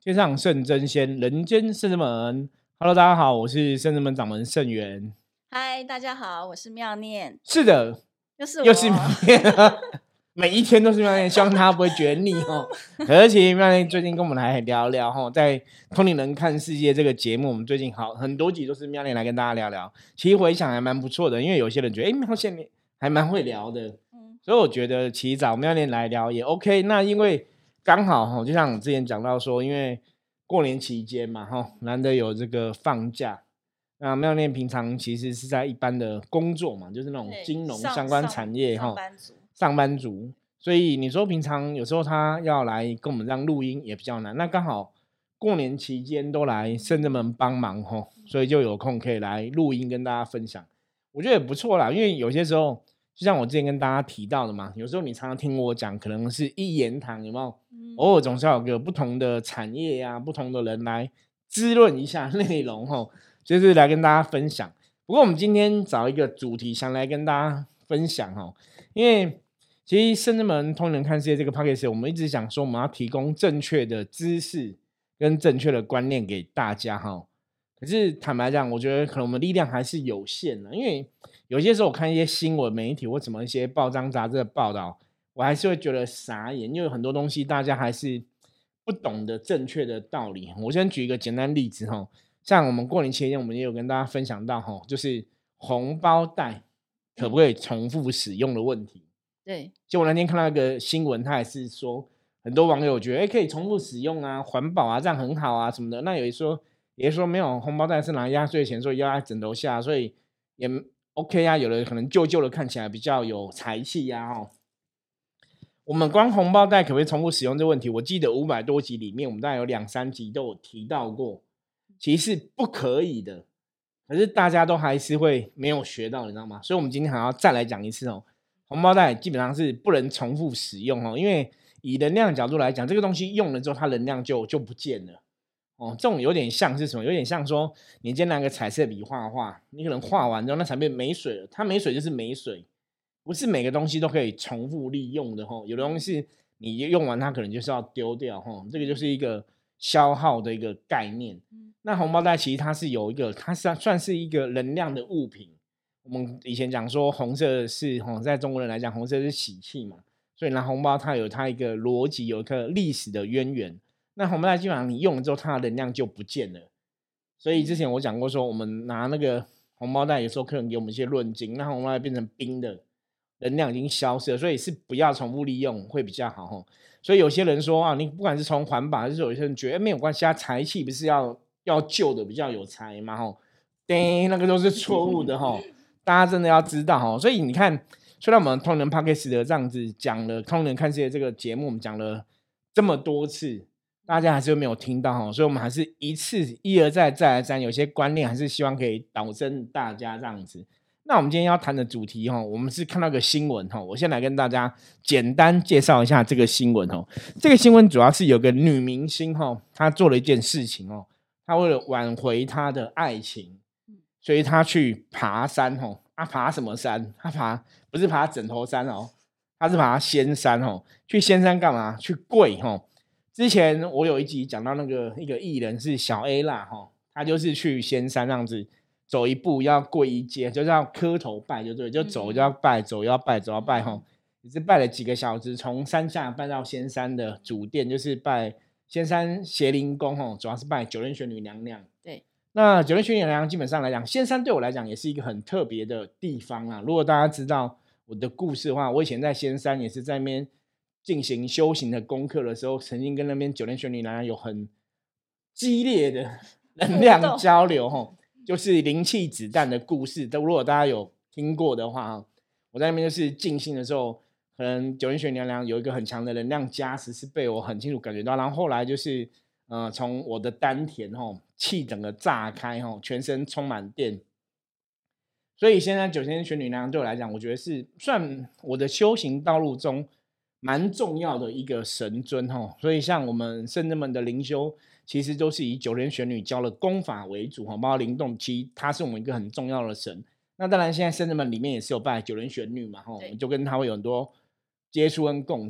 天上圣真仙，人间圣之门。Hello，大家好，我是圣之门掌门圣元。 嗨，大家好，我是妙念， 是的， 又是又是妙我。 念，每一天都是妙念，希望大家不会觉得腻哦。而且妙念最近跟我们来聊聊哈，在《通灵人看世界》这个节目，我们最近很多集都是妙念来跟大家聊聊。其实回想还蛮不错的，因为有些人觉得妙念还蛮会聊的，所以我觉得其实找妙念来聊也 OK。那因为刚好就像我之前讲到说，因为过年期间嘛难得有这个放假。那妙念平常其实是在一般的工作嘛，就是那种对， 金融相关产业上班族。 上班族。所以你说平常有时候他要来跟我们这样录音也比较难，那刚好过年期间都来圣真门帮忙所以就有空可以来录音跟大家分享，我觉得也不错啦。因为有些时候就像我之前跟大家提到的嘛，有时候你常常听我讲，可能是一言堂，有没有？偶尔总是要有个不同的产业啊，不同的人来滋润一下内容就是来跟大家分享。不过我们今天找一个主题想来跟大家分享因为其实圣真门通灵看世界这个 podcast 我们一直想说我们要提供正确的知识跟正确的观念给大家可是坦白讲，我觉得可能我们力量还是有限的，因为有些时候我看一些新闻媒体或什么一些报章杂志的报道，我还是会觉得傻眼，因为很多东西大家还是不懂得正确的道理。我先举一个简单例子像我们过年期间，我们也有跟大家分享到就是红包袋可不可以重复使用的问题。 对， 就我那天看到一个新闻，他也是说很多网友觉得可以重复使用啊，环保啊，这样很好啊什么的。那有也说没有，红包袋是拿压岁钱，所以要在枕头下，所以也 OK 啊。有的可能旧旧的看起来比较有财气啊我们光红包袋可不可以重复使用这个问题，我记得500多集里面，我们大概有2-3集都有提到过。其实是不可以的，可是大家都还是会没有学到，你知道吗？所以我们今天还要再来讲一次红包袋基本上是不能重复使用因为以能量角度来讲，这个东西用了之后，它能量就不见了这种有点像是什么？有点像说你今天拿个彩色笔画画，你可能画完之后那彩笔没水了，它没水就是没水，不是每个东西都可以重复利用的有的东西你用完它可能就是要丢掉这个就是一个消耗的一个概念。那红包袋其实它是有一个，它算是一个能量的物品。我们以前讲说红色是在中国人来讲，红色是喜气嘛，所以拿红包它有它一个逻辑，有一个历史的渊源。那红包袋基本上你用了之后，它的能量就不见了。所以之前我讲过说，我们拿那个红包袋，有时候客人给我们一些论斤，那红包袋变成冰的，能量已经消失了，所以是不要重复利用会比较好所以有些人说你不管是从环保，还是有些人觉得没有关系，财气不是要旧的比较有财嘛对，那个都是错误的大家真的要知道所以你看，虽然我们通人 Podcast 的这样子讲了通人看世界这个节目，我们讲了这么多次，大家还是没有听到所以我们还是一而再再而三，有些观念还是希望可以导正大家这样子。那我们今天要谈的主题我们是看到一个新闻我先来跟大家简单介绍一下这个新闻这个新闻主要是有个女明星她做了一件事情她为了挽回她的爱情，所以她去爬山爬什么山？她不是爬枕头山她是爬仙山去仙山干嘛？去跪之前我有一集讲到一个艺人是小 A 啦她就是去仙山这样子。走一步要跪一阶，就是要磕头拜，就对，就走就要拜，走要拜，走要拜也是拜了几个小时，从山下拜到仙山的主殿，就是拜仙山邪灵宫主要是拜九天玄女娘娘。 对， 那九天玄女娘娘基本上来讲，仙山对我来讲也是一个很特别的地方如果大家知道我的故事的话，我以前在仙山也是在那边进行修行的功课的时候，曾经跟那边九天玄女娘娘有很激烈的能量交流就是灵气子弹的故事，如果大家有听过的话我在那边就是静心的时候，可能九天玄女娘娘有一个很强的能量加持，是被我很清楚感觉到。然后后来就是从我的丹田气整个炸开全身充满电。所以现在九天玄女娘娘对我来讲，我觉得是算我的修行道路中蛮重要的一个神尊所以像我们圣人们的灵修，其实都是以九天玄女教的功法为主包括灵动，其实它是我们一个很重要的神。那当然现在圣人们里面也是有拜九天玄女嘛就跟他会有很多接触跟共振。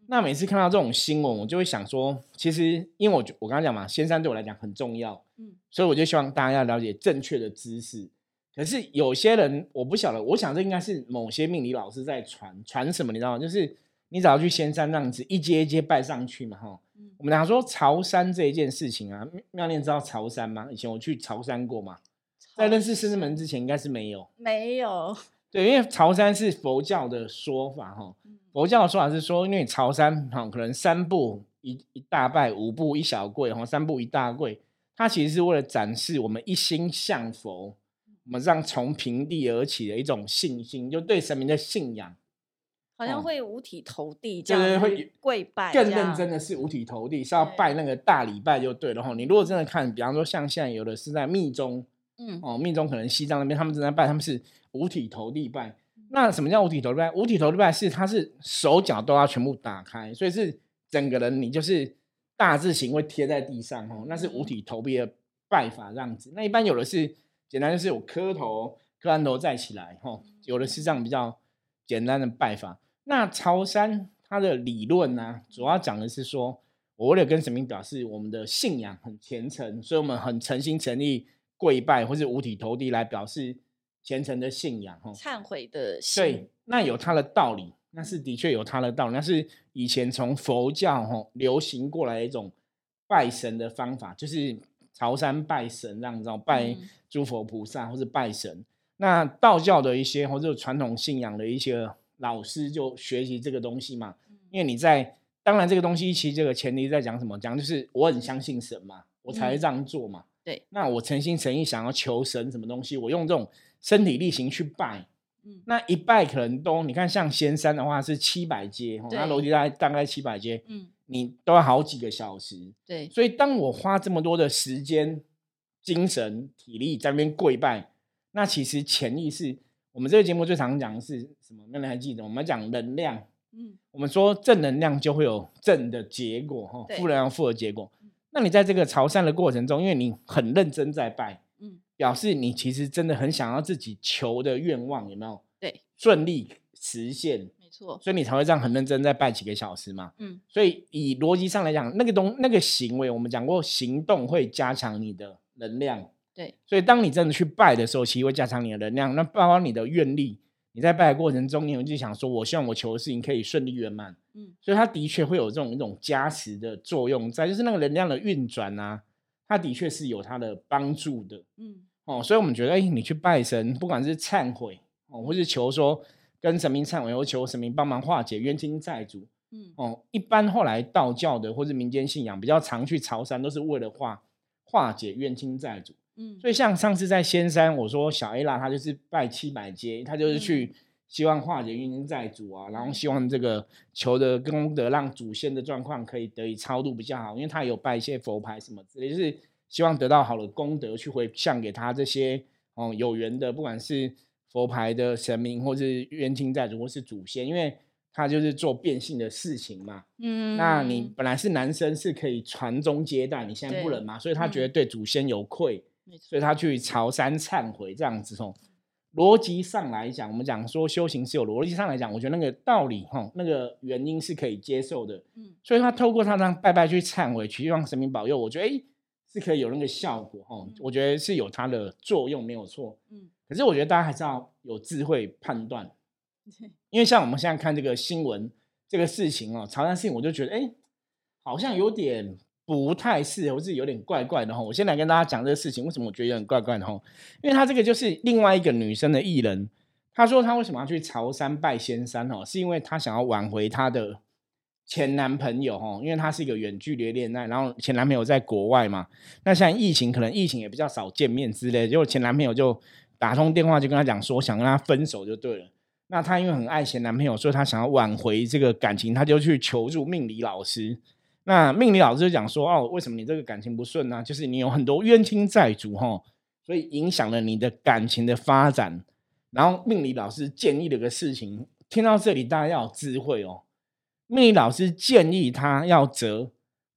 那每次看到这种新闻，我就会想说，其实因为我刚刚讲嘛，仙山对我来讲很重要，所以我就希望大家要了解正确的知识。可是有些人我不晓得，我想这应该是某些命理老师在传什么，你知道吗？就是你只要去仙山这样子一阶一阶拜上去嘛，哈。我们讲说潮山这一件事情啊，妙念知道潮山吗？以前我去潮山过嘛，在认识圣之门之前应该是没有。 没有。 对，因为潮山是佛教的说法哈，佛教的说法是说，因为潮山可能三步一大拜，五步一小跪，三步一大跪，它其实是为了展示我们一心向佛，我们让从平地而起的一种信心，就对神明的信仰， 好像会五体投地这样， 会跪拜， 更认真的是五体投地，是要拜那个大礼拜就对了哈。你如果真的看，比方说像现在有的是在密宗，密宗可能西藏那边他们正在拜，他们是五体投地拜。那什么叫五体投地拜？五体投地拜是它是手脚都要全部打开，所以是整个人你就是大字形会贴在地上，那是五体投地的拜法这样子。那一般有的是简单就是我磕完头再起来，有的是这样比较简单的拜法。那潮山它的理论呢，主要讲的是说，我为了跟神明表示我们的信仰很虔诚，所以我们很诚心诚意跪拜或是五体投地来表示虔诚的信仰， 忏悔的心。 对，那有它的道理，那是的确有它的道理，那是以前从佛教流行过来的一种拜神的方法，就是潮山拜神这样子，拜诸佛菩萨或是拜神。那道教的一些或者传统信仰的一些老师就学习这个东西嘛，因为你在当然这个东西其实这个前提在讲什么，讲就是我很相信神嘛，我才会这样做嘛。 对， 那我诚心诚意想要求神什么东西，我用这种身体力行去拜，那一拜可能都你看像仙山的话是700阶，那楼梯大概700阶，你都要好几个小时。 对， 所以当我花这么多的时间、精神、体力在那边跪拜，那其实潜意识，我们这个节目最常讲的是什么？没人还记得？我们讲能量，我们说正能量就会有正的结果，负能量负的结果。那你在这个朝山的过程中，因为你很认真在拜，表示你其实真的很想要自己求的愿望有没有？ 对， 顺利实现， 没错， 所以你才会这样很认真在拜几个小时嘛。所以以逻辑上来讲，那个行为，我们讲过，行动会加强你的能量。 对， 所以当你真的去拜的时候，其实会加强你的能量，那包括你的愿力。你在拜的过程中，你就想说，我希望我求的事情可以顺利圆满。所以它的确会有这种一种加持的作用在，就是那个能量的运转啊，它的确是有它的帮助的。所以我们觉得，你去拜神，不管是忏悔或是求说跟神明忏悔，或求神明帮忙化解冤亲债主。一般后来道教的或是民间信仰比较常去朝山，都是为了化解冤亲债主。所以像上次在仙山，我说小 A 啦，他就是拜700阶，他就是去希望化解冤亲债主啊，然后希望这个求的功德让祖先的状况可以得以超度比较好，因为他有拜一些佛牌什么之类，就是希望得到好的功德去回向给他这些有缘的，不管是佛牌的神明，或是冤亲债主，或是祖先，因为他就是做变性的事情嘛。那你本来是男生是可以传宗接代，你现在不能嘛，所以他觉得对祖先有愧。所以他去朝山忏悔这样子。逻辑上来讲，我们讲说修行是有逻辑上来讲，我觉得那个道理那个原因是可以接受的。所以他透过他这样拜拜去忏悔，去让神明保佑，我觉得是可以有那个效果。我觉得是有它的作用没有错。可是我觉得大家还是要有智慧判断，因为像我们现在看这个新闻这个事情朝山事情，我就觉得好像有点不太适合，或是有点怪怪的。我先来跟大家讲这个事情，为什么我觉得有点怪怪的。因为他这个就是另外一个女生的艺人，她说她为什么要去潮山拜仙山，是因为她想要挽回她的前男朋友，因为她是一个远距离恋爱，然后前男朋友在国外嘛，那现在疫情可能疫情也比较少见面之类的，结果前男朋友就打通电话就跟她讲说想跟她分手就对了。那她因为很爱前男朋友，所以她想要挽回这个感情，她就去求助命理老师。那命理老师就讲说，为什么你这个感情不顺呢？就是你有很多冤亲债主，所以影响了你的感情的发展。然后命理老师建议了个事情，听到这里大家要有智慧哦。命理老师建议他要折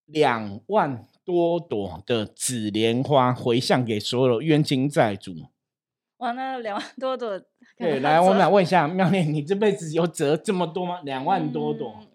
2万多朵的紫莲花回向给所有冤亲债主。 哇，那2万多朵， 对，来，我们来问一下妙念，你这辈子有折这么多吗？2万多朵。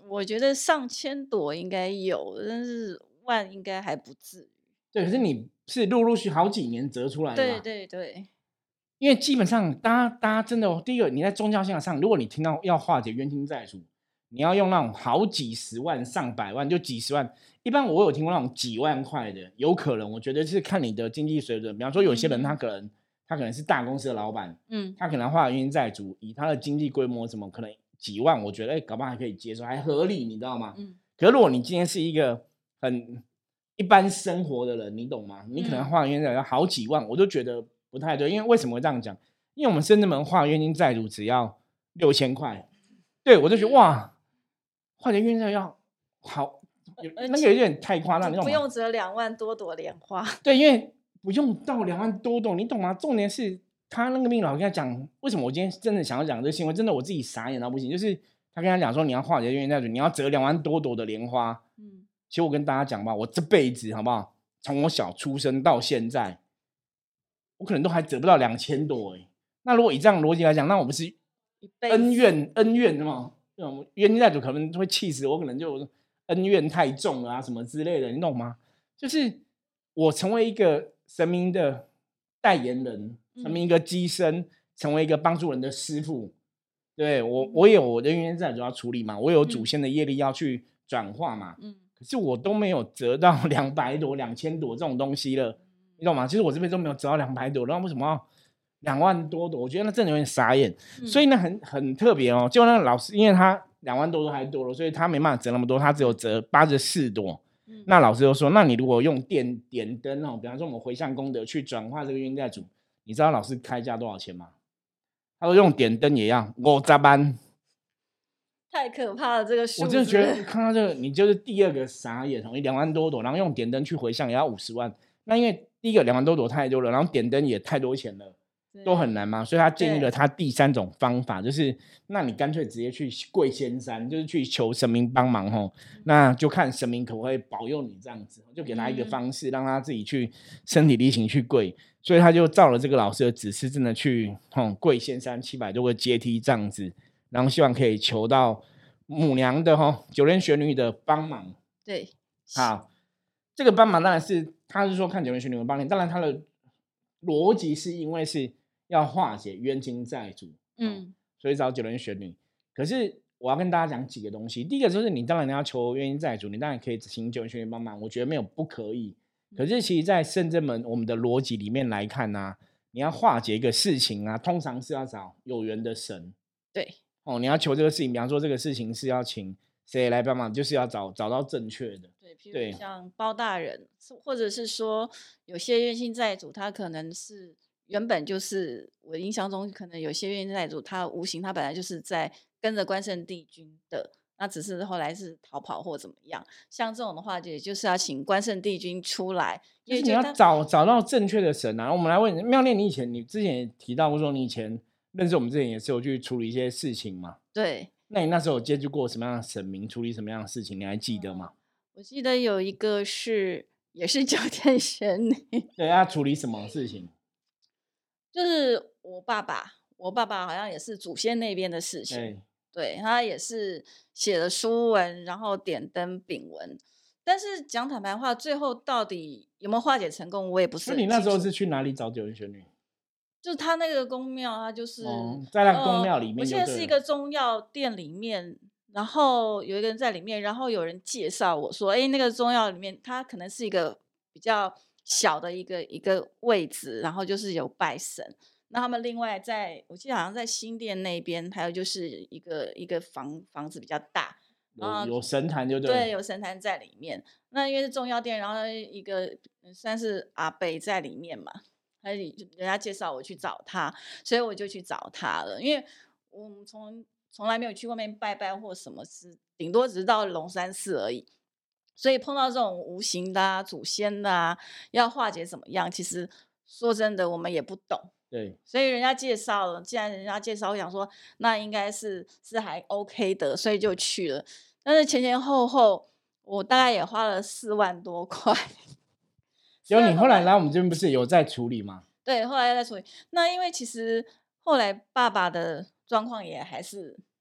我觉得上千朵应该有，但是万应该还不至于。 对，可是你是陆陆续好几年折出来的对吧？ 对对， 因为基本上大家真的第一个你在宗教信仰上，如果你听到要化解冤亲债主，你要用那种好几十万、上百万，就几十万。一般我有听过那种几万块的，有可能我觉得是看你的经济水准。比方说有些人他可能是大公司的老板，他可能化冤亲债主，以他的经济规模什么可能几万，我觉得搞不好还可以接受，还合理，你知道吗？可是如果你今天是一个很一般生活的人，你懂吗？你可能化冤亲债主要好几万，我就觉得不太对。因为为什么会这样讲？因为我们深圳门化冤亲债主只要6000块，对我就觉得哇，化解冤亲债主要好，那个有点太夸张，你懂吗？ 不用折2万多朵莲花。 对，因为不用到2万多朵，你懂吗？重点是他那个命老跟他讲，为什么我今天真的想要讲这个新闻，真的我自己傻眼到不行。就是他跟他讲说，你要化解冤亲债主，你要折2万多朵的莲花。其实我跟大家讲吧，我这辈子好不好，从我小出生到现在，我可能都还折不到2000朵哎。那如果以这样逻辑来讲，那我不是恩怨的嘛？冤亲债主可能会气死我，可能就恩怨太重啊什么之类的，你懂吗？就是我成为一个神明的代言人，成为一个机身，成为一个帮助人的师傅。对，我有我的冤亲债主要处理嘛，我有祖先的业力要去转化嘛。可是我都没有折到200朵、2000朵这种东西了，你懂吗？其实我这边都没有折到200朵，然后为什么要2万多朵？我觉得那真的有点傻眼。所以呢，很特别哦。就那个老师，因为他2万多朵还多了，所以他没办法折那么多，他只有折84朵。那老师就说，那你如果用点灯哦，比方说我们回向功德去转化这个冤亲债主，你知道老师开价多少钱吗？他说用点灯也要50万。 太可怕了，这个数字。 我真的觉得看到这个，你就是第二个傻眼哦。你2万多朵，然后用点灯去回向也要50万。那因为第一个2万多朵太多了，然后点灯也太多钱了，都很难嘛。所以他建议了他第3种方法，就是那你干脆直接去跪仙山，就是去求神明帮忙吼。那就看神明可不可以保佑你这样子，就给他一个方式，让他自己去身体力行去跪。所以他就照了这个老师的指示，真的去跪仙山700多个阶梯这样子。然后希望可以求到母娘的九莲玄女的帮忙。 对， 好，这个帮忙当然是他是说看九莲玄女的帮忙，当然他的逻辑是因为是要化解冤亲债主，所以找九莲玄女。可是我要跟大家讲几个东西，第一个就是你当然要求冤亲债主，你当然可以请九莲玄女帮忙，我觉得没有不可以。可是其实在圣真门我们的逻辑里面来看啊，你要化解一个事情啊，通常是要找有缘的神。 对。 你要求这个事情，比方说这个事情是要请谁来帮忙，就是要找到正确的。 对，譬如像包大人，或者是说有些冤亲债主，他可能是原本就是我印象中，可能有些冤亲债主，他无形他本来就是在跟着关圣帝君的，那只是后来是逃跑或怎么样。像这种的话，也就是要请关圣帝君出来， 因为你要找到正确的神啊。我们来问妙念，你之前也提到过说，你以前认识我们之前也是有去处理一些事情嘛？ 对。 那你那时候有接触过什么样的神明，处理什么样的事情，你还记得吗？ 我记得有一个也是九天玄女。 对，要处理什么事情？ 就是我爸爸好像也是祖先那边的事情。对，他也是写了书文，然后点灯丙文。但是讲坦白话，最后到底有没有化解成功，我也不是很清楚。 那你那时候是去哪里找九莲玄女？ 就是他那个宫庙，他就是在那个宫庙里面， 我现在是一个中药店里面，然后有一个人在里面，然后有人介绍我说，那个中药里面，它可能是一个比较小的一个位置，然后就是有拜神。那他们另外我记得好像在新店那边，还有就是一个房子比较大， 有神坛就对，有神坛在里面。那因为是中药店，然后一个算是阿伯在里面嘛。人家介绍我去找他，所以我就去找他了。因为我们从来没有去外面拜拜或什么，顶多只是到龙山寺而已。所以碰到这种无形的祖先的要化解怎么样，其实说真的我们也不懂。 对， 所以人家介绍了，既然人家介绍，我想说那应该是还 OK 的，所以就去了。但是前后我大概也花了4万多块。 结果你后来来我们这边不是有在处理吗？ 对，后来在处理。那因为其实后来爸爸的状况也还是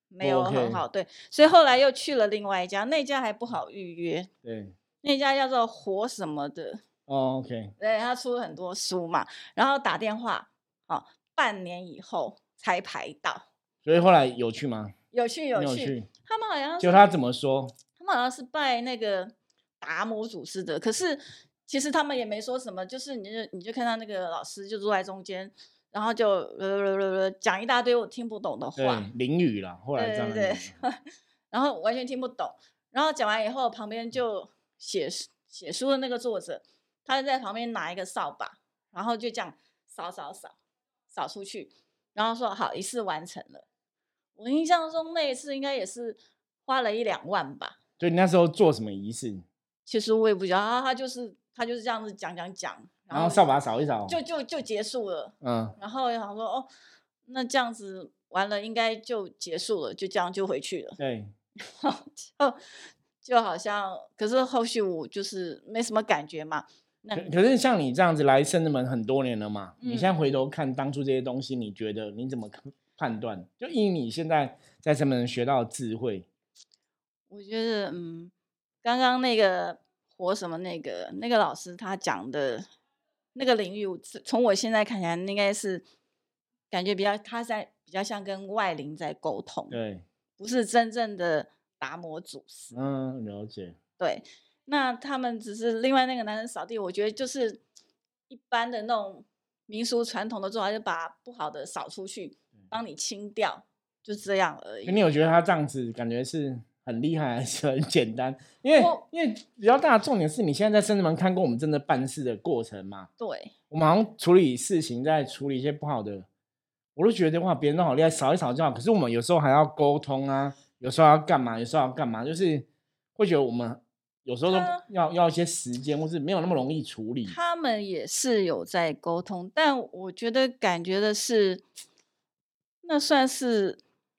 没有很 OK， 好，对，所以后来又去了另外一家，那家还不好预约， 对， 那家叫做活什么的， 哦，OK， 对，他出了很多书嘛，然后打电话，哦，半年以后才排到， 所以后来有去吗？ 有趣有趣， 你有去？ 他们好像就是他怎么说？ 他们好像是拜那个达摩祖师的，可是其实他们也没说什么，就是你就看到那个老师就坐在中间，然后就讲一大堆我听不懂的对， 话， 淋雨啦，后来这样对对淋雨。 对，然后完全听不懂。然后讲完以后，旁边就写书的那个作者，他就在旁边拿一个扫把，然后就这样扫出去，然后说好，仪式完成了。我印象中那一次应该也是花了1-2万吧。 所以你那时候做什么仪式？ 其实我也不知道，他就是这样子讲， 然后扫把扫一扫， 就结束了。然后想说哦，那这样子完了应该就结束了，就这样就回去了。 对， 就就好像，可是后续我就是没什么感觉嘛。那可是像你这样子来圣人门很多年了嘛，你现在回头看当初这些东西，你觉得你怎么判断？就以你现在在圣人门学到的智慧， 我觉得刚刚那个活什么那个老师他讲的那个领域，从我现在看起来，应该是感觉比较像跟外灵在沟通， 对， 不是真正的达摩祖师。 了解， 对，那他们只是另外那个男人扫地，我觉得就是一般的那种民俗传统的做法，就把不好的扫出去，帮你清掉，就这样而已。 你有觉得他这样子感觉是很厉害还是很简单？因为比较大的重点是你现在在圣人门看过我们真的办事的过程嘛？ 对， 我们好像处理事情，在处理一些不好的，我都觉得哇，别人都好厉害，扫一扫就好。可是我们有时候还要沟通啊，有时候要干嘛，有时候要干嘛，就是会觉得我们有时候都要一些时间，或是没有那么容易处理。 他们也是有在沟通，但我觉得感觉的是，那算是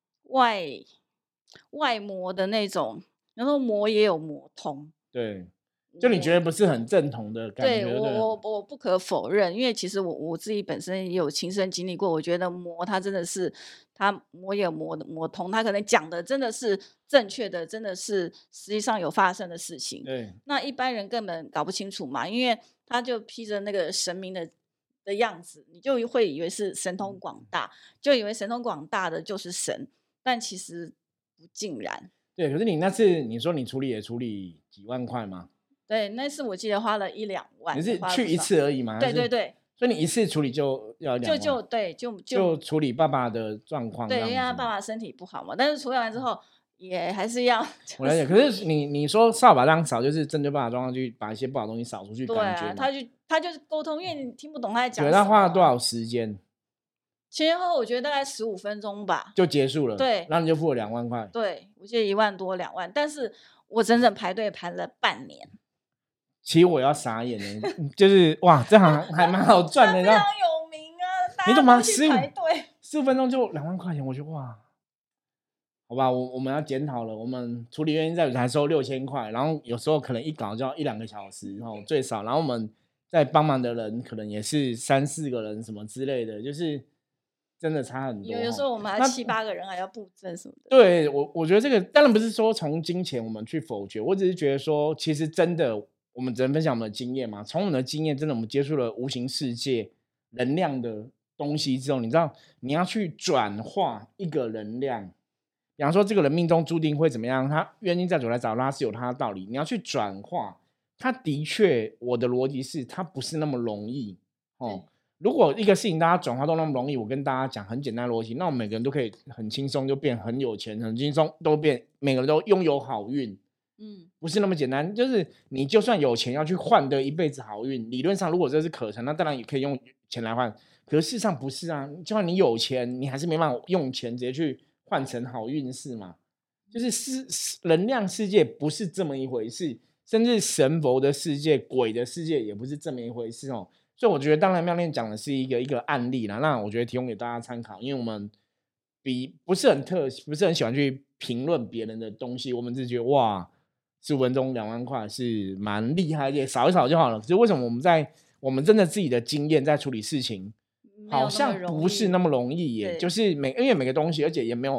外魔的那种，然后魔也有魔通。 对，就你觉得不是很正统的感觉？ 对，我不可否认，因为其实我自己本身也有亲身经历过。我觉得魔他真的是魔也有魔通，他可能讲的真的是正确的，真的是实际上有发生的事情。 对， 那一般人根本搞不清楚嘛，因为他就披着那个神明的样子，你就会以为是神通广大，就以为神通广大的就是神，但其实不尽然。 对，可是你那次你说你处理几万块吗？ 对，那次我记得花了1-2万。 你是去一次而已吗？ 对对对， 所以你一次处理就要2万？ 对， 就处理爸爸的状况。 对，因为他爸爸身体不好嘛，但是处理完之后也还是要。 我了解，可是你说扫把这样扫，就是针对爸爸状况去把一些不好的东西扫出去， 对啊， 感觉吗？ 他就是沟通，因为你听不懂他在讲对， 什么。 他花了多少时间前后我觉得大概15分钟吧。 就结束了？ 对， 然后你就付了2万块。 对，我记得1万多2万，但是我整整排队排了半年。 其实我要傻眼了，就是哇，这行还蛮好赚的， 非常有名啊， 你懂吗？ 大家都去排队 15分钟就2万块钱，我觉得哇，好吧，我们要检讨了，我们处理原因在于才收6000块，然后有时候可能一搞就要1-2个小时，然后最少，然后我们在帮忙的人可能也是3-4个人什么之类的，就是真的差很多。 有时候我们还7-8个人还要布阵什么的。 对，我觉得这个当然不是说从金钱我们去否决，我只是觉得说，其实真的我们只能分享我们的经验嘛。从我们的经验，真的我们接触了无形世界能量的东西之后，你知道你要去转化一个能量，比方说这个人命中注定会怎么样，他冤亲债主来找他是有他的道理，你要去转化。他的确，我的逻辑是，他不是那么容易哦。如果一个事情大家转化都那么容易，我跟大家讲很简单的逻辑，那我们每个人都可以很轻松就变很有钱，很轻松都变，每个人都拥有好运。不是那么简单，就是你就算有钱要去换得一辈子好运，理论上如果这是可成，那当然也可以用钱来换。可是事实上不是啊，就算你有钱，你还是没办法用钱直接去换成好运势嘛。就是能量世界不是这么一回事，甚至神佛的世界、鬼的世界也不是这么一回事哦。所以我觉得，当然妙念讲的是一个案例啦，那我觉得提供给大家参考，因为我们不是很喜欢去评论别人的东西，我们只觉得哇，15分钟2万块是蛮厉害的，扫一扫就好了。可是为什么我们真的自己的经验在处理事情，好像不是那么容易耶？就是因为每个东西，而且也没有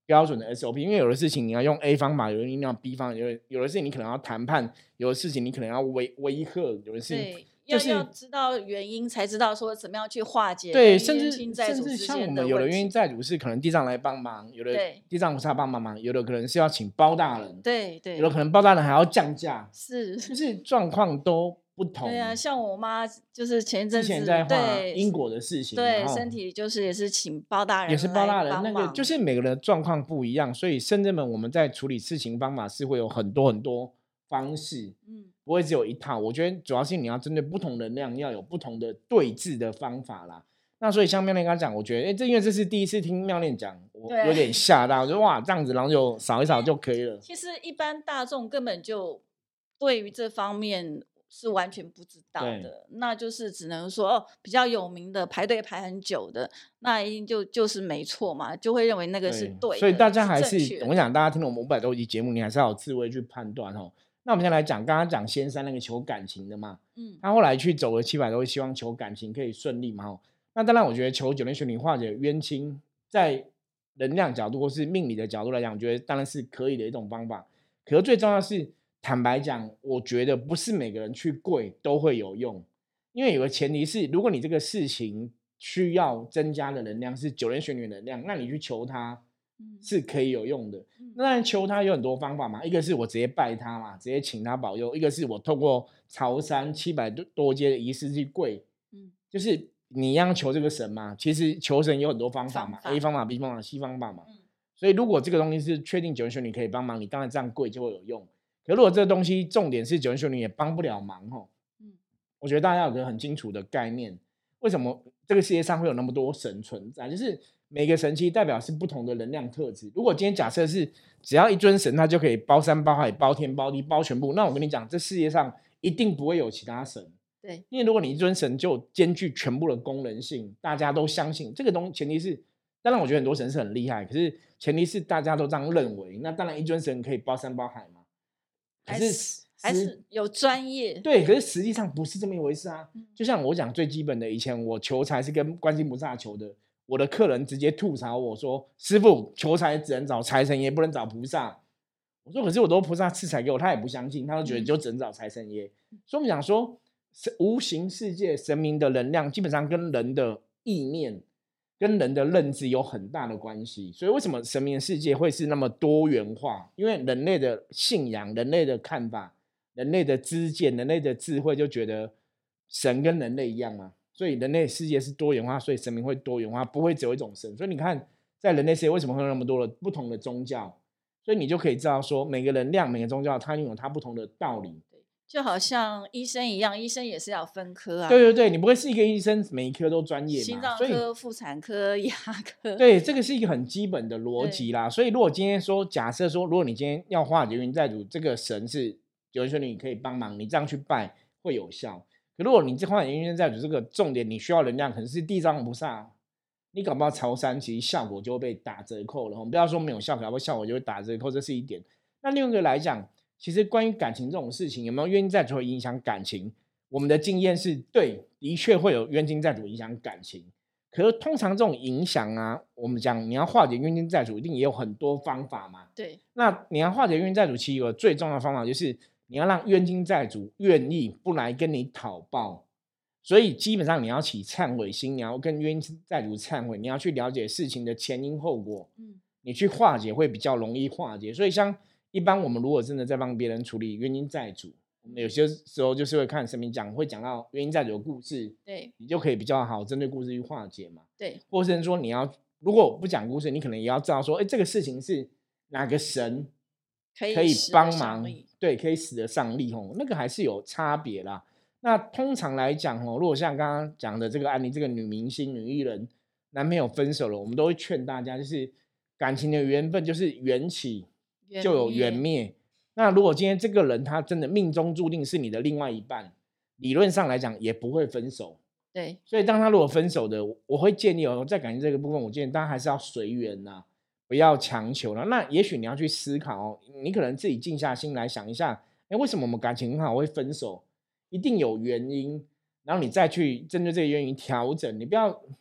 标准的 SOP，因为有的事情你要用 A 方法，有的你要 B 方法，有的事情你可能要谈判，有的事情你可能要威吓，有的事情对，要就是知道原因，才知道说怎么样去化解对， 跟甚冤亲债至甚至主之间像我们有的的问题。 冤亲债主是可能地上来帮忙，有的对地藏菩萨帮忙，有的可能是要请包大人， 对对， 有的可能包大人还要降价， 是， 就是状况都不对啊， 同。 像我妈就是前一之前阵子在画因果的事情嘛， 对身体就是也是请包大也是人来包大人，那个帮忙， 就是每个人的状况不一样，所以圣人们我们在处理事情方法是会有很多很多方式， 嗯， 不会只有一套。我觉得主要是你要针对不同能量，要有不同的对峙的方法啦。那所以像妙念刚刚讲，我觉得这因为这是第一次听妙念讲，我对有点吓到，就哇这样子，然后就扫一扫就可以了。 其实一般大众根本就对于这方面是完全不知道对的，那就是只能说哦，比较有名的排队排很久的，那一定就是没错嘛，就会认为那个是对， 对的， 所以大家还正确的。 是我讲，大家听了我们500多集节目，你还是要有智慧去判断哦。那我们先来讲，刚刚讲仙山那个求感情的嘛， 嗯， 他后来去走了700多，希望求感情可以顺利嘛。那当然，我觉得求九天玄女化解冤亲，在能量角度或是命理的角度来讲，我觉得当然是可以的一种方法。可是最重要的是，坦白讲，我觉得不是每个人去跪都会有用，因为有个前提是，如果你这个事情需要增加的能量是九天玄女的能量，那你去求他是可以有用的。那当然求他有很多方法嘛，一个是我直接拜他嘛，直接请他保佑；一个是我透过朝山700多阶的仪式去跪，就是你一样求这个神嘛。其实求神有很多方法嘛，A 方法、B 方法、C 方法嘛。所以如果这个东西是确定九天玄女可以帮忙，你当然这样跪就会有用。可如果这个东西重点是九天玄女也帮不了忙哦，我觉得大家有个很清楚的概念，为什么这个世界上会有那么多神存在？就是每个神其实代表是不同的能量特质。如果今天假设是只要一尊神，它就可以包山包海、包天包地、包全部，那我跟你讲，这世界上一定不会有其他神。 对， 因为如果你一尊神就兼具全部的功能性，大家都相信这个前提是，当然我觉得很多神是很厉害，可是前提是大家都这样认为。那当然一尊神可以包山包海嘛，可是还是有专业。 对，可是实际上不是这么一回事啊。就像我讲最基本的，以前我求财是跟观世音菩萨求的，我的客人直接吐槽我说：“师傅，求财只能找财神爷，不能找菩萨。”我说：“可是我都菩萨赐财给我，他也不相信，他就觉得就只能找财神爷。”所以我们讲说，无形世界神明的能量基本上跟人的意念、跟人的认知有很大的关系。所以为什么神明的世界会是那么多元化？因为人类的信仰、人类的看法、人类的知见、人类的智慧，就觉得神跟人类一样嘛。所以人类世界是多元化，所以神明会多元化，不会只有一种神。所以你看，在人类世界为什么会有那么多的不同的宗教？所以你就可以知道说，每个能量、每个宗教，它拥有它不同的道理。 就好像医生一样，医生也是要分科啊。 对对对，你不会是一个医生，每一科都专业嘛？ 心脏所以科、妇产科、牙科。 对，这个是一个很基本的逻辑啦。所以如果今天说，假设说，如果你今天要化解冤亲债主，这个神是九天玄女可以帮忙，你这样去拜会有效。可如果你这化解冤亲债主这个重点，你需要能量可能是地藏菩萨，你搞不好朝山，其实效果就会被打折扣了。我们不要说没有效果，搞不好效果就会打折扣，这是一点。那另外一个来讲，其实关于感情这种事情，有没有冤亲债主会影响感情？我们的经验是对，的确会有冤亲债主影响感情。可是通常这种影响啊，我们讲你要化解冤亲债主，一定也有很多方法嘛。 对， 那你要化解冤亲债主，其实有个最重要的方法就是你要让冤亲债主愿意不来跟你讨报。所以基本上你要起忏悔心，你要跟冤亲债主忏悔，你要去了解事情的前因后果，你去化解会比较容易化解。所以像一般我们如果真的在帮别人处理冤亲债主，我们有些时候就是会看神明讲，会讲到冤亲债主的故事， 对， 你就可以比较好针对故事去化解嘛。 对， 或者是说你要如果不讲故事，你可能也要知道说，哎，这个事情是哪个神可以帮忙，对，可以使得上力吼，那个还是有差别啦。那通常来讲吼，如果像刚刚讲的这个案例，这个女明星、女艺人男朋友分手了，我们都会劝大家，就是感情的缘分就是缘起就有缘灭。那如果今天这个人他真的命中注定是你的另外一半，理论上来讲也不会分手。 对， 所以当他如果分手的，我会建议在感情这个部分，我建议大家还是要随缘呐，不要强求了。那也许你要去思考你可能自己静下心来想一下，为什么我们感情很好会分手？一定有原因，然后你再去针对这个原因调整。你不要，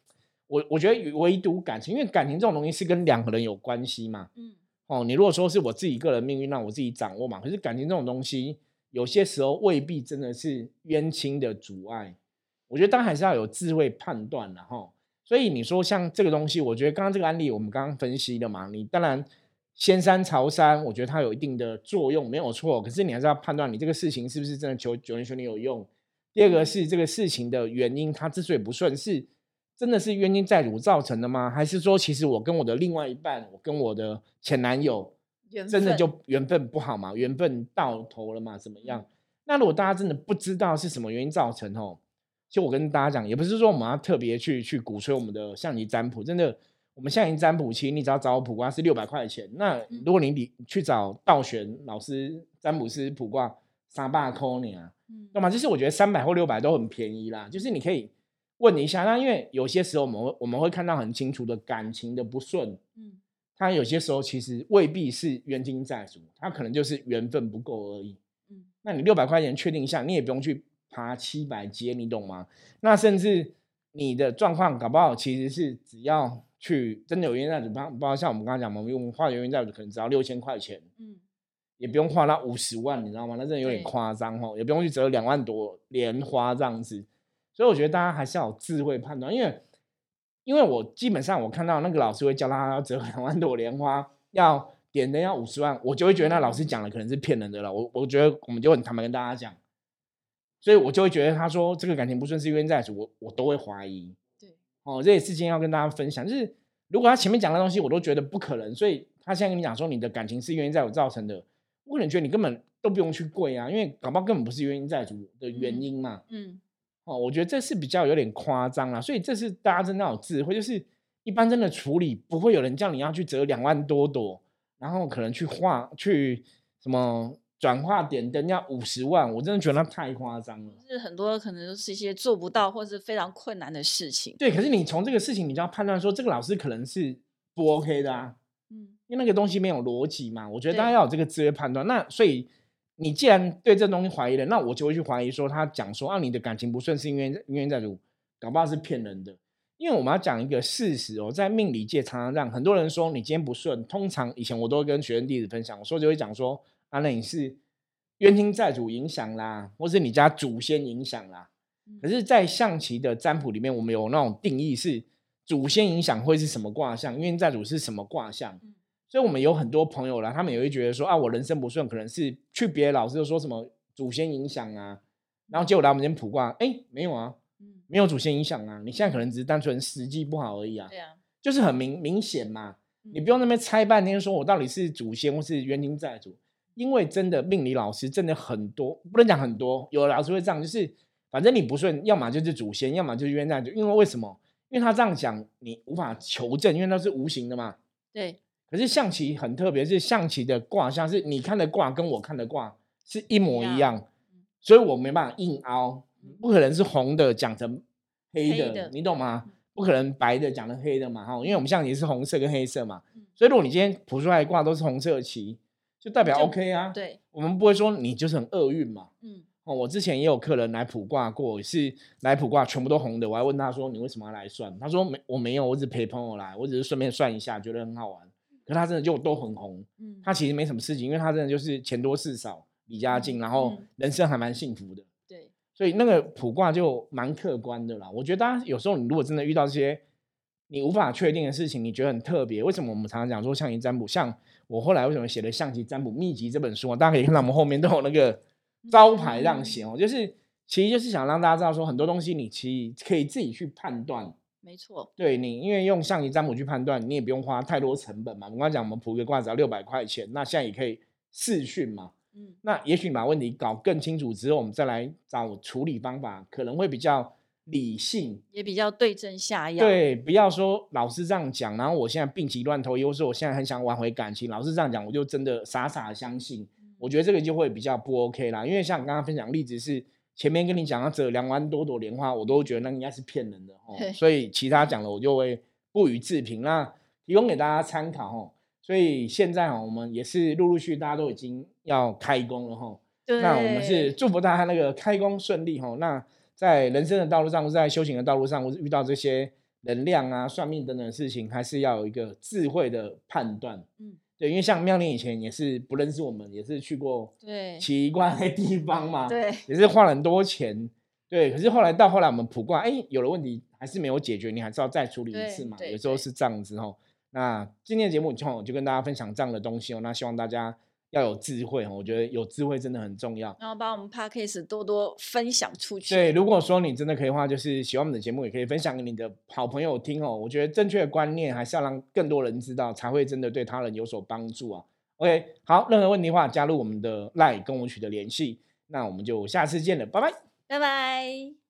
我觉得唯独感情，因为感情这种东西是跟两个人有关系嘛。你如果说是我自己个人命运让我自己掌握嘛，可是感情这种东西，有些时候未必真的是冤亲的阻碍。我觉得当然还是要有智慧判断啦齁。所以你说像这个东西，我觉得刚刚这个案例我们刚刚分析的嘛，你当然先山朝山，我觉得它有一定的作用，没有错。可是你还是要判断你这个事情是不是真的九年玄女有用。第二个是这个事情的原因，它之所以不顺，是真的是冤亲债主造成的吗？还是说其实我跟我的另外一半，我跟我的前男友真的就缘分不好嘛？缘分到头了嘛？怎么样？那如果大家真的不知道是什么原因造成其实我跟大家讲，也不是说我们要特别去鼓吹我们的象棋占卜，真的，我们象棋占卜，其实你只要找我卜卦是600块钱。那如果你去找道玄老师占卜师卜卦300块呢，懂吗？就是我觉得300或600都很便宜啦，就是你可以问一下。那因为有些时候我们会看到很清楚的感情的不顺，他有些时候其实未必是冤亲债主，他可能就是缘分不够而已。那你600块钱确定一下，你也不用去爬700阶，你懂吗？那甚至你的状况搞不好其实是只要去真的有冤亲债主，不知道像我们刚刚讲，我们画冤亲债主可能只要6000块钱，也不用花到50万，你知道吗？那真的有点夸张也不用去折2万多莲花这样子。所以我觉得大家还是要有智慧判断，因为我基本上我看到那个老师会教他要折2万朵莲花，要点灯要50万，我就会觉得那老师讲的可能是骗人的了。我觉得我们就很坦白跟大家讲，所以我就会觉得他说这个感情不顺是冤亲债主，我都会怀疑。对，这也是今天要跟大家分享，就是如果他前面讲的东西我都觉得不可能，所以他现在跟你讲说你的感情是冤亲债主造成的，我可能觉得你根本都不用去跪啊，因为搞不好根本不是冤亲债主的原因嘛。我觉得这是比较有点夸张啦，所以这是大家真的有智慧，就是一般真的处理不会有人叫你要去折2万多朵，然后可能去什么转化点灯要50万，我真的觉得那太夸张了。 就是很多可能都是一些做不到或是非常困难的事情。 对，可是你从这个事情你就要判断说这个老师可能是不 OK 的啊，因为那个东西没有逻辑嘛。我觉得大家要有这个智慧判断。那所以你既然对这东西怀疑了，那我就会去怀疑说他讲说你的感情不顺是因为冤亲债主，搞不好是骗人的。因为我们要讲一个事实在命理界常常让很多人说你今天不顺，通常以前我都会跟学生弟子分享，我说就会讲说那你是冤亲债主影响啦，或是你家祖先影响啦。可是在象棋的占卜里面，我们有那种定义是祖先影响会是什么卦象，冤亲债主是什么卦象。所以我们有很多朋友啦，他们也会觉得说我人生不顺可能是去别的老师就说什么祖先影响啊，然后结果来我们这边卜卦没有啊，没有祖先影响啊，你现在可能只是单纯时机不好而已啊。对啊，就是很明显嘛，你不用那边猜半天说我到底是祖先或是冤亲债主。因为真的命理老师真的很多，不能讲很多，有的老师会这样，就是反正你不顺，要么就是祖先，要么就是冤亲债主。因为为什么？因为他这样讲你无法求证，因为那是无形的嘛。对。可是象棋很特别，是象棋的卦象是你看的卦跟我看的卦是一模一样，所以我没办法硬凹，不可能是红的讲成黑的，你懂吗？不可能白的讲成黑的嘛，因为我们象棋是红色跟黑色嘛，所以如果你今天卜出来的卦都是红色的棋，就代表 OK 啊。对，我们不会说你就是很厄运嘛。我之前也有客人来卜卦过，是来卜卦全部都红的，我还问他说你为什么要来算？他说我没有，我只陪朋友来，我只是顺便算一下，觉得很好玩。可他真的就都很红，他其实没什么事情，因为他真的就是钱多事少离家近，然后人生还蛮幸福的。对，所以那个卜卦就蛮客观的啦。我觉得大家有时候你如果真的遇到这些你无法确定的事情，你觉得很特别，为什么我们常常讲说象棋占卜？像我后来为什么写了《象棋占卜秘籍》这本书大家可以看到我们后面都有那个招牌这样写就是其实就是想让大家知道说很多东西你其实可以自己去判断。没错，对，你因为用象棋占卜去判断，你也不用花太多成本嘛。我们刚刚讲我们卜个卦只要600块钱，那现在也可以视讯嘛。那也许你把问题搞更清楚之后，我们再来找处理方法，可能会比较理性，也比较对症下药。对，不要说老师这样讲，然后我现在病急乱投医，或是我现在很想挽回感情，老师这样讲我就真的傻傻的相信。我觉得这个就会比较不 OK 啦，因为像我刚刚分享的例子是前面跟你讲要折2万多朵莲花，我都觉得那应该是骗人的所以其他讲了我就会不予置评，那提供给大家参考所以现在我们也是陆续大家都已经要开工了那我们是祝福大家那个开工顺利那在人生的道路上，或在修行的道路上，或是遇到这些能量啊、算命等等的事情，还是要有一个智慧的判断。 嗯， 对，因为像妙玲以前也是不认识我们，也是去过对奇怪的地方嘛， 对也是花了很多钱。对，可是后来我们卜卦，哎，有了问题还是没有解决，你还是要再处理一次对嘛，有对对， 时候是这样子哦。那今天的节目就跟大家分享这样的东西哦，那希望大家要有智慧哦，我觉得有智慧真的很重要。 然后把我们 podcast 多多分享出对， 去。 如果说你真的可以的话，就是喜欢我们的节目，也可以分享给你的好朋友听哦。我觉得正确的观念还是要让更多人知道，才会真的对他人有所帮助啊。OK，好，任何问题的话，加入我们的 LINE 跟我取得联系。那我们就下次见了，拜拜。 拜拜。